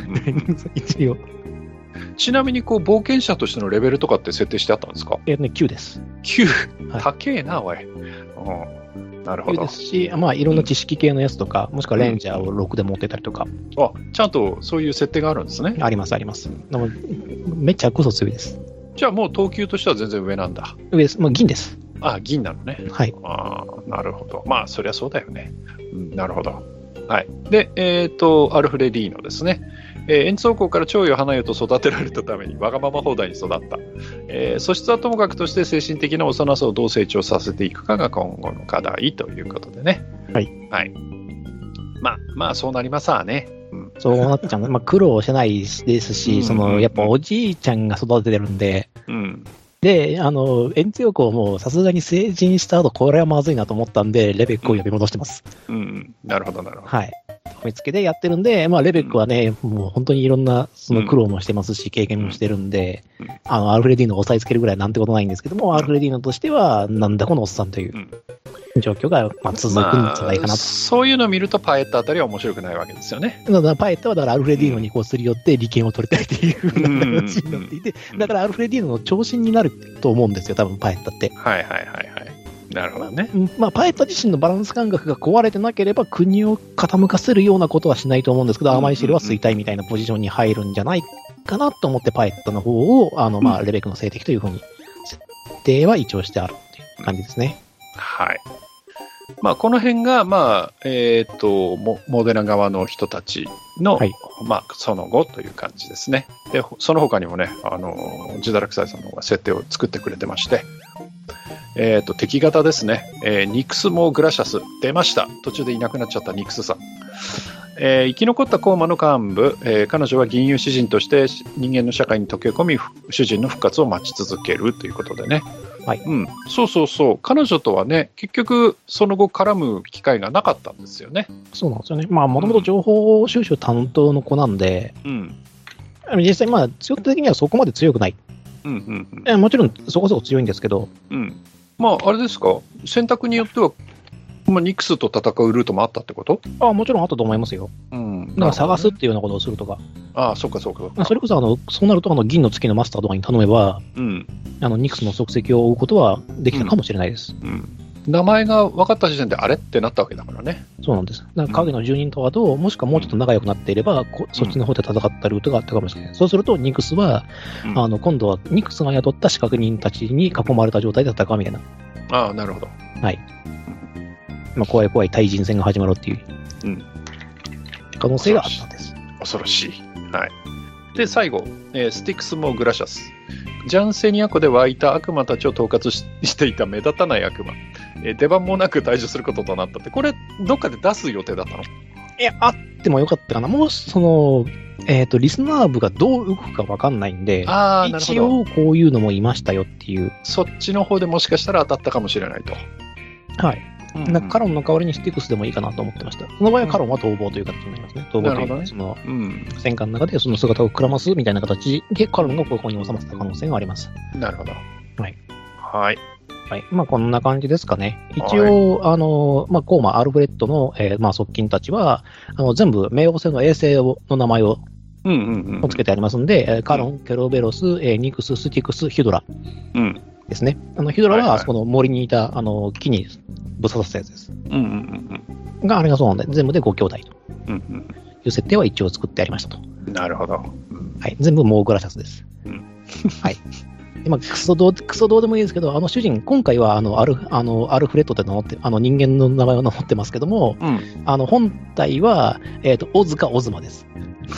一応。
ちなみにこう冒険者としてのレベルとかって設定してあったんですか？
えっとね、きゅうです。
きゅう、はい、高えな、おい。うん、なるほど。
ですし、まあ、いろんな知識系のやつとか、うん、もしくはレンジャーをろくで持ってたりとか、
うん。あ、ちゃんとそういう設定があるんですね。
あります、あります。でもめっちゃこそ強いです。
じゃあもう等級としては全然上なんだ。
上です。もう銀です。
あ、銀なのね。
はい。
ああ、なるほど。まあ、そりゃそうだよね。うん、なるほど。はい。で、えっ、ー、と、アルフレディーノですね。えー、エンツ王国から長与花代と育てられたためにわがまま放題に育った。えー、素質はともかくとして精神的な幼さをどう成長させていくかが今後の課題ということでね。
はい。
はい。まあ、まあ、そうなりますわね。
うん、そうなっちゃう。まあ、苦労してないですし、うんうんうん、その、やっぱおじいちゃんが育ててるんで、
うん。
で、あの、エンツ王国もさすがに成人した後、これはまずいなと思ったんで、レベックを呼び戻してます。
うん、うん、なるほど、なるほど。
はい。見つけでやってるんで、まあ、レベックはね、うん、もう本当にいろんなその苦労もしてますし、うん、経験もしてるんで、うん、あの、アルフレディーノを押さえつけるぐらいなんてことないんですけども、うん、アルフレディーノとしては、なんだこのおっさんという状況が、まあ、続くんじゃないかなと、まあ。
そういうのを見ると、パエットあたりは面白くないわけですよね。
だからパエットは、だからアルフレディーノにこうすり寄って利権を取りたいというふうな話になっていて、だからアルフレディーノの長身になると思うんですよ、多分パエットって。
はいはいはいはい。なるほどね。
まあ、パエット自身のバランス感覚が壊れてなければ、国を傾かせるようなことはしないと思うんですけど、甘い汁は吸いたいみたいなポジションに入るんじゃないかなと思って、パエットの方を、あの、まあ、レベックの性敵というふうに、設定は一応してあるっていう感じですね。
はい。まあ、この辺が、まあ、えっと、モデナ側の人たちの、はい、まあ、その後という感じですね。で、その他にもね、あの、ジュダラクサイさんの方が設定を作ってくれてまして、えっと、敵型ですね。えー、ニクスモーグラシャス。出ました。途中でいなくなっちゃったニクスさん。えー、生き残ったコーマの幹部、えー、彼女は銀融詩人として人間の社会に溶け込み、主人の復活を待ち続けるということでね。
はい。
うん。そうそうそう。彼女とはね、結局、その後絡む機会がなかったんですよね。
そうなんですよね。まあ、もともと情報収集担当の子なんで、
うん。
実際、まあ、強さ的にはそこまで強くない。
うんうんうん。
えもちろん、そこそこ強いんですけど。
うん。まあ、あれですか、選択によっては、まあ、ニクスと戦うルートもあったってこと？
ああ、もちろんあったと思いますよ。
うん。
だから探すっていうようなことをするとか。
ああ、そうかそうか。
それこそ、あの、そうなると、あの、銀の月のマスターとかに頼めば、
うん。
あの、ニクスの足跡を追うことはできたかもしれないです。
うん。うん、名前が分かった時点であれってなったわけだからね。
そうなんです。だから影の住人とかと、もしくはもうちょっと仲良くなっていれば、こそっちの方で戦ったルートがあったかもしれない。そうすると、ニクスは、うん、あの、今度はニクスが雇った仕掛け人たちに囲まれた状態で戦うみたいな。
ああ、なるほど。
はい。まあ、怖い怖い対人戦が始まるっていう、
うん、
可能性があったんです。
恐ろしい。はい。で、最後、えー、スティクスモグラシャス。ジャンセニア湖で湧いた悪魔たちを統括 し, していた目立たない悪魔。えー、出番もなく退場することとなったって、これ、どっかで出す予定だったの？
いや、あってもよかったかな。もう、その、えっ、ー、と、リスナー部がどう動くか分かんないんで、
あなるほど、
一応こういうのもいましたよっていう。
そっちの方でもしかしたら当たったかもしれないと。
はい。うんうん、なんかカロンの代わりにスティクスでもいいかなと思ってました。その場合はカロンは逃亡という形になりますね。逃亡というか、ね、その、うん、戦艦の中でその姿をくらますみたいな形でカロンがここに収まった可能性があります。
なるほど。
はい。
はい。
はい。まあ、こんな感じですかね。一応、はい、あの、まあ、コーマ、アルフレッドの、えー、まあ、側近たちは、あの、全部、冥王星の衛星をの名前を、
うんうんうん、
をつけてありますんで、うん、カロン、ケロベロス、えー、ニクス、スティクス、ヒドラ。
うん。
ですね。あの、ヒドラは、あそこの森にいた、あの、木にぶっ刺させたやつです。
うんうん
うん。が、あれがそうなんで、全部でご兄弟と。
うんうん。
いう設定は一応作ってありましたと。
なるほど。
はい。全部モーグラシャスです。
うん。
はい。でまあ、クソどう、クソどうでもいいですけど、あの主人、今回は、あの、アル、あの、アルフレッドって名乗って、あの、人間の名前を名乗ってますけども、
うん、
あの、本体は、えっと、オズかオズマです。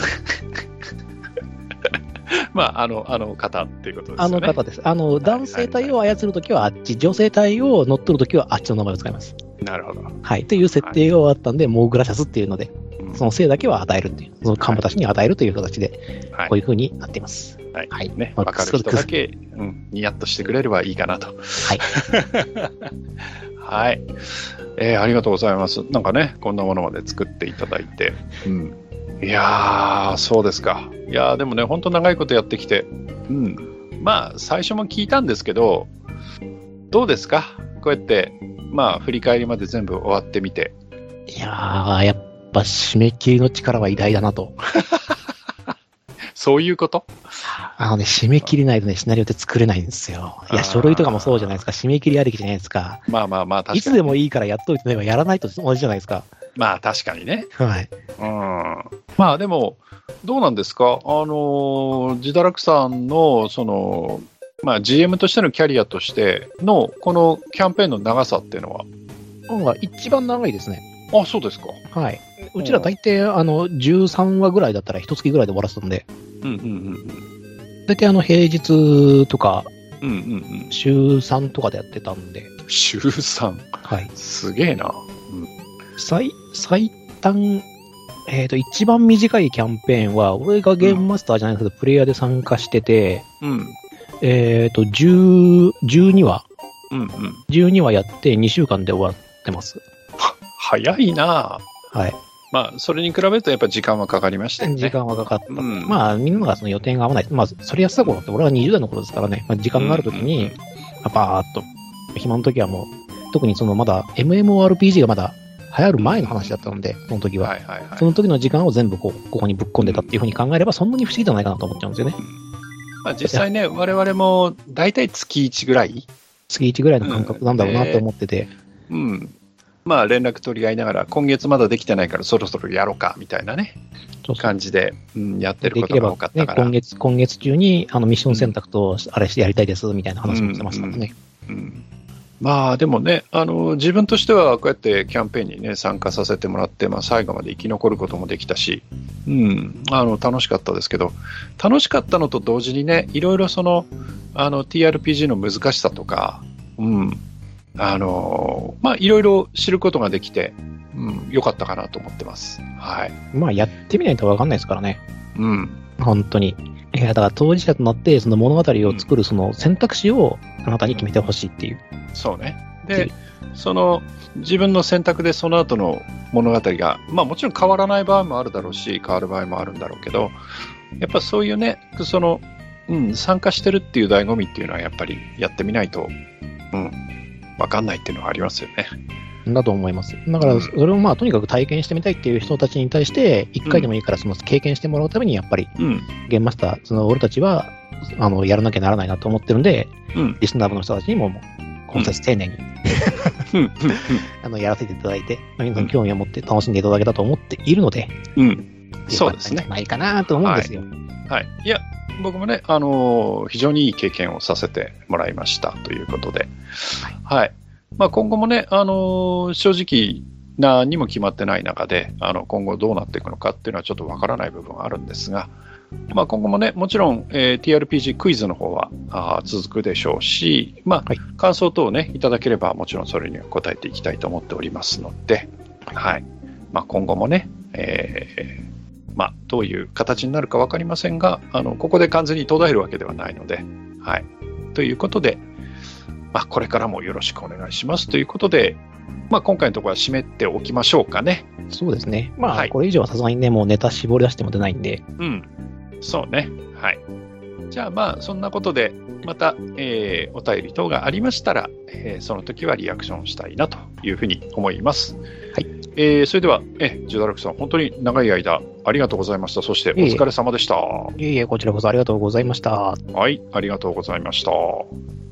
まあ、あの、あの方っていうことですよね。
あの方です。あの、男性体を操るときはあっち、女性体を乗っ取るときはあっちの名前を使います。
なるほど。
はい。という設定があったんで、はい、モーグラシャスっていうので、うん、その性だけは与えるっていう、その幹部たちに与えるという形で、はい、こういう風になっています。
はい。はい、ね。わ、まあ、かる人だけ、うん、ニヤッとしてくれればいいかなと。
はい。
はい、えー。ありがとうございます。なんかね、こんなものまで作っていただいて。うん、いやー、そうですか。いやー、でもね、本当長いことやってきて、うん。まあ、最初も聞いたんですけど、どうですか？こうやって、まあ、振り返りまで全部終わってみて。
いやー、やっぱ締め切りの力は偉大だなと。
そういうこと？
あのね、締め切りないとね、シナリオって作れないんですよ。いや、書類とかもそうじゃないですか。締め切りありきじゃないですか。
まあまあまあ、確かに。
いつでもいいからやっといてねばやらないと同じじゃないですか。
まあ、確かにね。
はい。
うん。まあ、でも、どうなんですか？あの、ジダラクさんの、その、まあ、ジーエム としてのキャリアとしての、このキャンペーンの長さっていうのは？
本が一番長いですね。
あ、そうですか。
はい。うちら大体、あの、じゅうさんわぐらいだったら一月ぐらいで終わらせたんで。
うんうんうん。
大体あの、平日とか、
うんうんうん。
週さんとかでやってたんで。
週さん？
はい。
すげえな。
うん。最、最短、えっと、一番短いキャンペーンは、俺がゲームマスターじゃないけど、うん、プレイヤーで参加してて、
うん。
えっと、じゅう、じゅうにわ。
うんうん。
じゅうにわやってにしゅうかんで終わってます。
早いな。
はい。
まあ、それに比べるとやっぱ時間はかかりましたよね。
時間はかかった。
うん、
まあ、みんながその予定が合わない。まあ、それやってた頃って、俺はにじゅう代の頃ですからね。まあ、時間があるときに、バーっと、暇の時はもう、特にそのまだ エムエムオーアールピージー がまだ流行る前の話だったので、その時は。はいはいはい、その時の時間を全部こう、ここにぶっ込んでたっていうふうに考えれば、そんなに不思議じゃないかなと思っちゃうんですよね。
まあ、実際ね、我々も大体月いちぐらい
月いちぐらいの感覚なんだろうなと思ってて。
うん。えーうんまあ連絡取り合いながら、今月まだできてないからそろそろやろうかみたいなね、そうそう感じで、うん、やってることが多かったから。
ね、今月、今月中にあのミッション選択とあれしてやりたいですみたいな話もしてますからね。
うんうんうん、まあでもね、あの、自分としてはこうやってキャンペーンにね、参加させてもらって、まあ最後まで生き残ることもできたし、うん、あの、楽しかったですけど、楽しかったのと同時にね、いろいろその、あの、ティーアールピージー の難しさとか、うん、あのまあいろいろ知ることができて、うん、良かったかなと思ってます。はい。
まあやってみないと分かんないですからね。
うん。
本当に。いやだから当事者となってその物語を作るその選択肢をあなたに決めてほしいっていう。
うん、そうね。で、その自分の選択でその後の物語が、まあもちろん変わらない場合もあるだろうし、変わる場合もあるんだろうけど、やっぱそういうね、その、うん、参加してるっていう醍醐味っていうのはやっぱりやってみないと、うん。わかんないっていうのはありますよね。
だと思います。だから、それをまあ、とにかく体験してみたいっていう人たちに対して、一回でもいいから、その経験してもらうために、やっぱり、うん、ゲームマスター、その俺たちは、あの、やらなきゃならないなと思ってるんで、うん、リスナー部の人たちにも、今節丁寧に、あの、やらせていただいて、皆さん興味を持って楽しんでいただけたと思っているので、
うん。そうですね。
ないかなと思うんですよ。
はい。はい、いや、僕もね、あのー、非常にいい経験をさせてもらいましたということで、はい。はい、まあ、今後もね、あのー、正直、何も決まってない中で、あの、今後どうなっていくのかっていうのはちょっとわからない部分はあるんですが、まあ、今後もね、もちろん、えー、ティーアールピージー クイズの方はあ続くでしょうし、まあ、はい、感想等をね、いただければ、もちろんそれには答えていきたいと思っておりますので、はい。まあ、今後もね、えーまあ、どういう形になるか分かりませんが、あのここで完全に途絶えるわけではないので、はい、ということで、まあ、これからもよろしくお願いしますということで、まあ、今回のところは締めておきましょうかね。
そうですね。まあ、はい、これ以上はさすがにね、もうネタ絞り出しても出ないんで。
うん、そうね。はい。じゃあまあ、そんなことで、また、えー、お便り等がありましたら、えー、その時はリアクションしたいなというふうに思います。はい。えー、それでは、え、ジュダラクさん、本当に長い間ありがとうございました。そしてお疲れ様でした。
いえいえ、こちらこそありがとうございました。
はい、ありがとうございました。